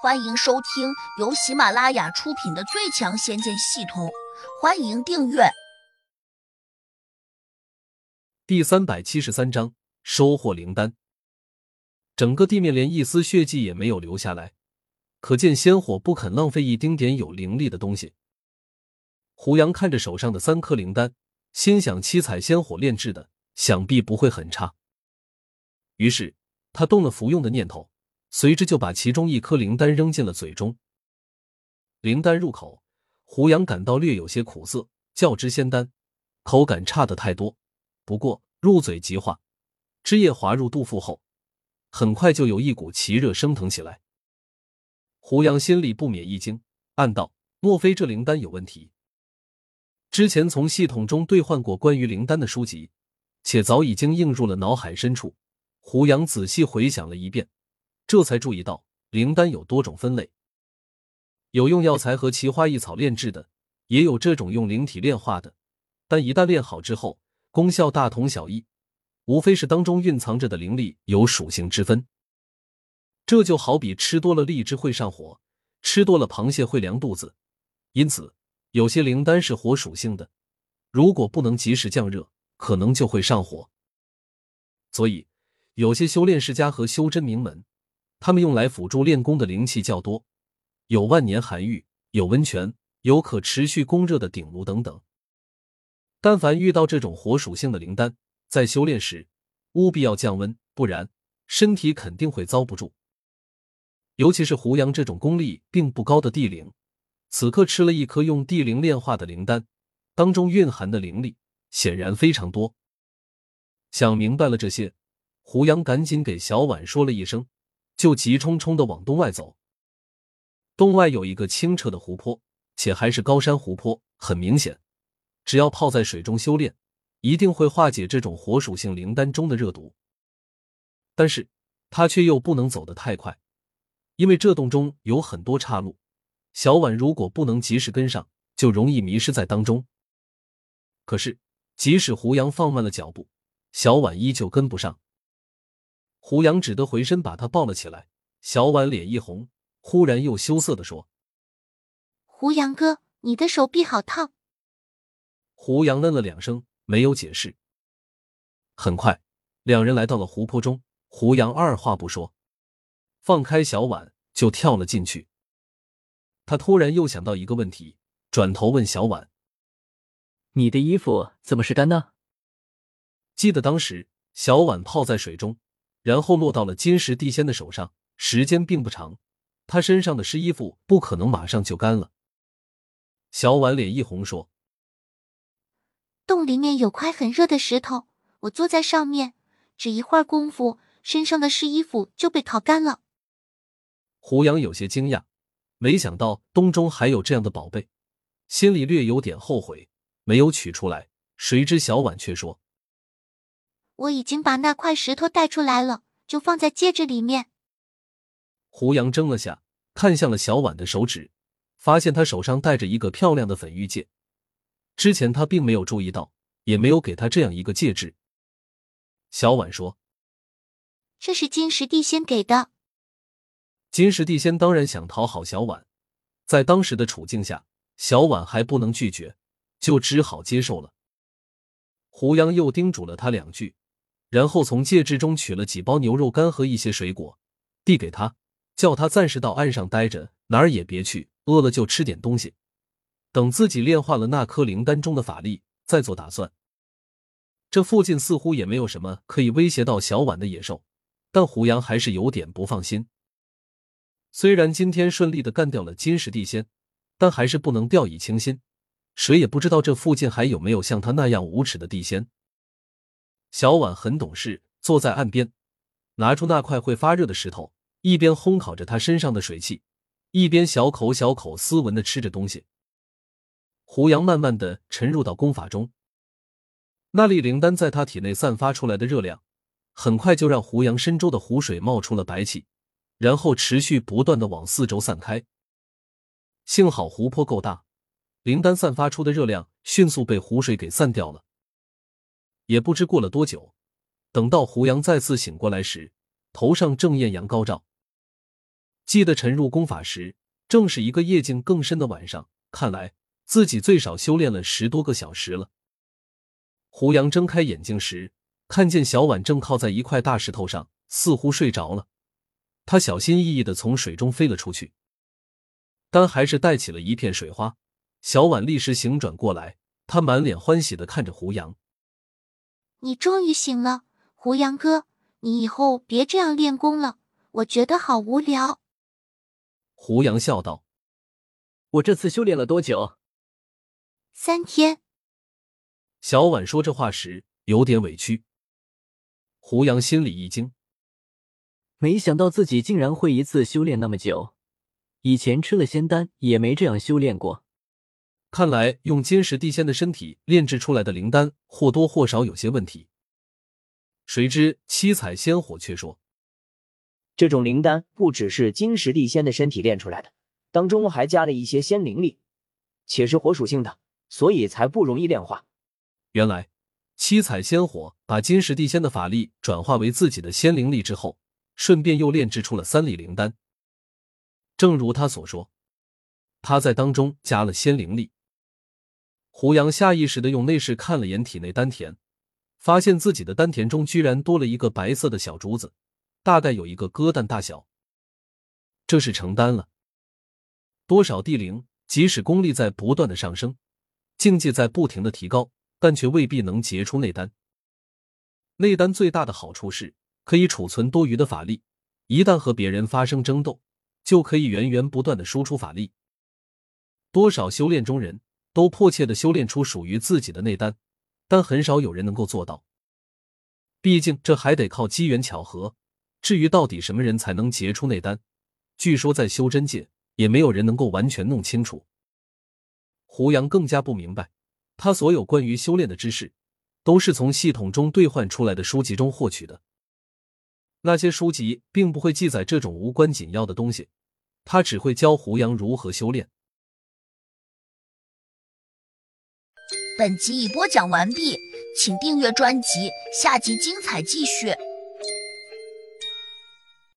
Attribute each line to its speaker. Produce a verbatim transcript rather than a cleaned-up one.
Speaker 1: 欢迎收听由喜马拉雅出品的《最强仙剑系统》，欢迎订阅。
Speaker 2: 第三百七十三章收获灵丹。整个地面连一丝血迹也没有留下来，可见仙火不肯浪费一丁点有灵力的东西。胡杨看着手上的三颗灵丹，心想七彩仙火炼制的，想必不会很差。于是他动了服用的念头，随之就把其中一颗灵丹扔进了嘴中。灵丹入口，胡杨感到略有些苦涩，较之仙丹，口感差得太多。不过入嘴即化，汁液滑入肚腹后，很快就有一股奇热升腾起来。胡杨心里不免一惊，暗道：莫非这灵丹有问题？之前从系统中兑换过关于灵丹的书籍，且早已经映入了脑海深处。胡杨仔细回想了一遍，这才注意到灵丹有多种分类，有用药材和奇花异草炼制的，也有这种用灵体炼化的，但一旦炼好之后，功效大同小异，无非是当中蕴藏着的灵力有属性之分。这就好比吃多了荔枝会上火，吃多了螃蟹会凉肚子，因此有些灵丹是火属性的，如果不能及时降热，可能就会上火。所以有些修炼世家和修真名门，他们用来辅助练功的灵气较多，有万年寒玉，有温泉，有可持续供热的鼎炉等等。但凡遇到这种火属性的灵丹，在修炼时务必要降温，不然身体肯定会遭不住。尤其是胡杨这种功力并不高的地灵，此刻吃了一颗用地灵炼化的灵丹，当中蕴含的灵力显然非常多。想明白了这些，胡杨赶紧给小婉说了一声，就急冲冲地往洞外走。洞外有一个清澈的湖泊，且还是高山湖泊，很明显，只要泡在水中修炼，一定会化解这种火属性灵丹中的热毒。但是他却又不能走得太快，因为这洞中有很多岔路，小婉如果不能及时跟上，就容易迷失在当中。可是即使胡杨放慢了脚步，小婉依旧跟不上。胡杨只得回身把她抱了起来，小婉脸一红，忽然又羞涩地说：
Speaker 3: 胡杨哥，你的手臂好烫。
Speaker 2: 胡杨愣了两声，没有解释。很快两人来到了湖泊中，胡杨二话不说，放开小婉就跳了进去。他突然又想到一个问题，转头问小婉：
Speaker 4: 你的衣服怎么是干呢？
Speaker 2: 记得当时小婉泡在水中，然后落到了金石地仙的手上，时间并不长，他身上的湿衣服不可能马上就干了。小婉脸一红说：
Speaker 3: 洞里面有块很热的石头，我坐在上面，只一会儿功夫，身上的湿衣服就被烤干了。
Speaker 2: 胡杨有些惊讶，没想到洞中还有这样的宝贝，心里略有点后悔，没有取出来。谁知小婉却说：
Speaker 3: 我已经把那块石头带出来了，就放在戒指里面。
Speaker 2: 胡杨怔了下，看向了小婉的手指，发现她手上戴着一个漂亮的粉玉戒。之前他并没有注意到，也没有给他这样一个戒指。小婉说：
Speaker 3: 这是金石地仙给的。
Speaker 2: 金石地仙当然想讨好小婉，在当时的处境下，小婉还不能拒绝，就只好接受了。胡杨又叮嘱了他两句，然后从戒指中取了几包牛肉干和一些水果，递给他，叫他暂时到岸上待着，哪儿也别去，饿了就吃点东西，等自己炼化了那颗灵丹中的法力，再做打算。这附近似乎也没有什么可以威胁到小婉的野兽，但胡杨还是有点不放心。虽然今天顺利地干掉了金石地仙，但还是不能掉以轻心，谁也不知道这附近还有没有像他那样无耻的地仙。小婉很懂事，坐在岸边，拿出那块会发热的石头，一边烘烤着他身上的水汽，一边小口小口斯文地吃着东西。胡杨慢慢地沉入到功法中，那粒灵丹在他体内散发出来的热量，很快就让胡杨身周的湖水冒出了白气，然后持续不断地往四周散开。幸好湖泊够大，灵丹散发出的热量迅速被湖水给散掉了。也不知过了多久，等到胡杨再次醒过来时，头上正艳阳高照。 记得沉入功法时，正是一个夜静更深的晚上，看来自己最少修炼了十多个小时了。胡杨睁开眼睛时，看见小婉正靠在一块大石头上，似乎睡着了。他小心翼翼地从水中飞了出去，但还是带起了一片水花。小婉立时醒转过来，她满脸欢喜地看着胡杨。
Speaker 3: 你终于醒了，胡杨哥，你以后别这样练功了，我觉得好无聊。
Speaker 2: 胡杨笑道。
Speaker 4: 我这次修炼了多久？
Speaker 3: 三天。
Speaker 2: 小婉说这话时有点委屈。胡杨心里一惊，
Speaker 4: 没想到自己竟然会一次修炼那么久，以前吃了仙丹也没这样修炼过。
Speaker 2: 看来用金石地仙的身体炼制出来的灵丹或多或少有些问题。谁知七彩仙火却说，
Speaker 5: 这种灵丹不只是金石地仙的身体炼出来的，当中还加了一些仙灵力，且是火属性的，所以才不容易炼化。
Speaker 2: 原来七彩仙火把金石地仙的法力转化为自己的仙灵力之后，顺便又炼制出了三粒灵丹。正如他所说，他在当中加了仙灵力。胡杨下意识地用内视看了眼体内丹田，发现自己的丹田中居然多了一个白色的小珠子，大概有一个鸽蛋大小。这是成丹了。多少地灵，即使功力在不断的上升，境界在不停的提高，但却未必能结出内丹。内丹最大的好处是可以储存多余的法力，一旦和别人发生争斗，就可以源源不断的输出法力。多少修炼中人都迫切地修炼出属于自己的内丹，但很少有人能够做到。毕竟这还得靠机缘巧合，至于到底什么人才能结出内丹，据说在修真界也没有人能够完全弄清楚。胡杨更加不明白，他所有关于修炼的知识都是从系统中兑换出来的书籍中获取的。那些书籍并不会记载这种无关紧要的东西，他只会教胡杨如何修炼。
Speaker 1: 本集已播讲完毕，请订阅专辑，下集精彩继续。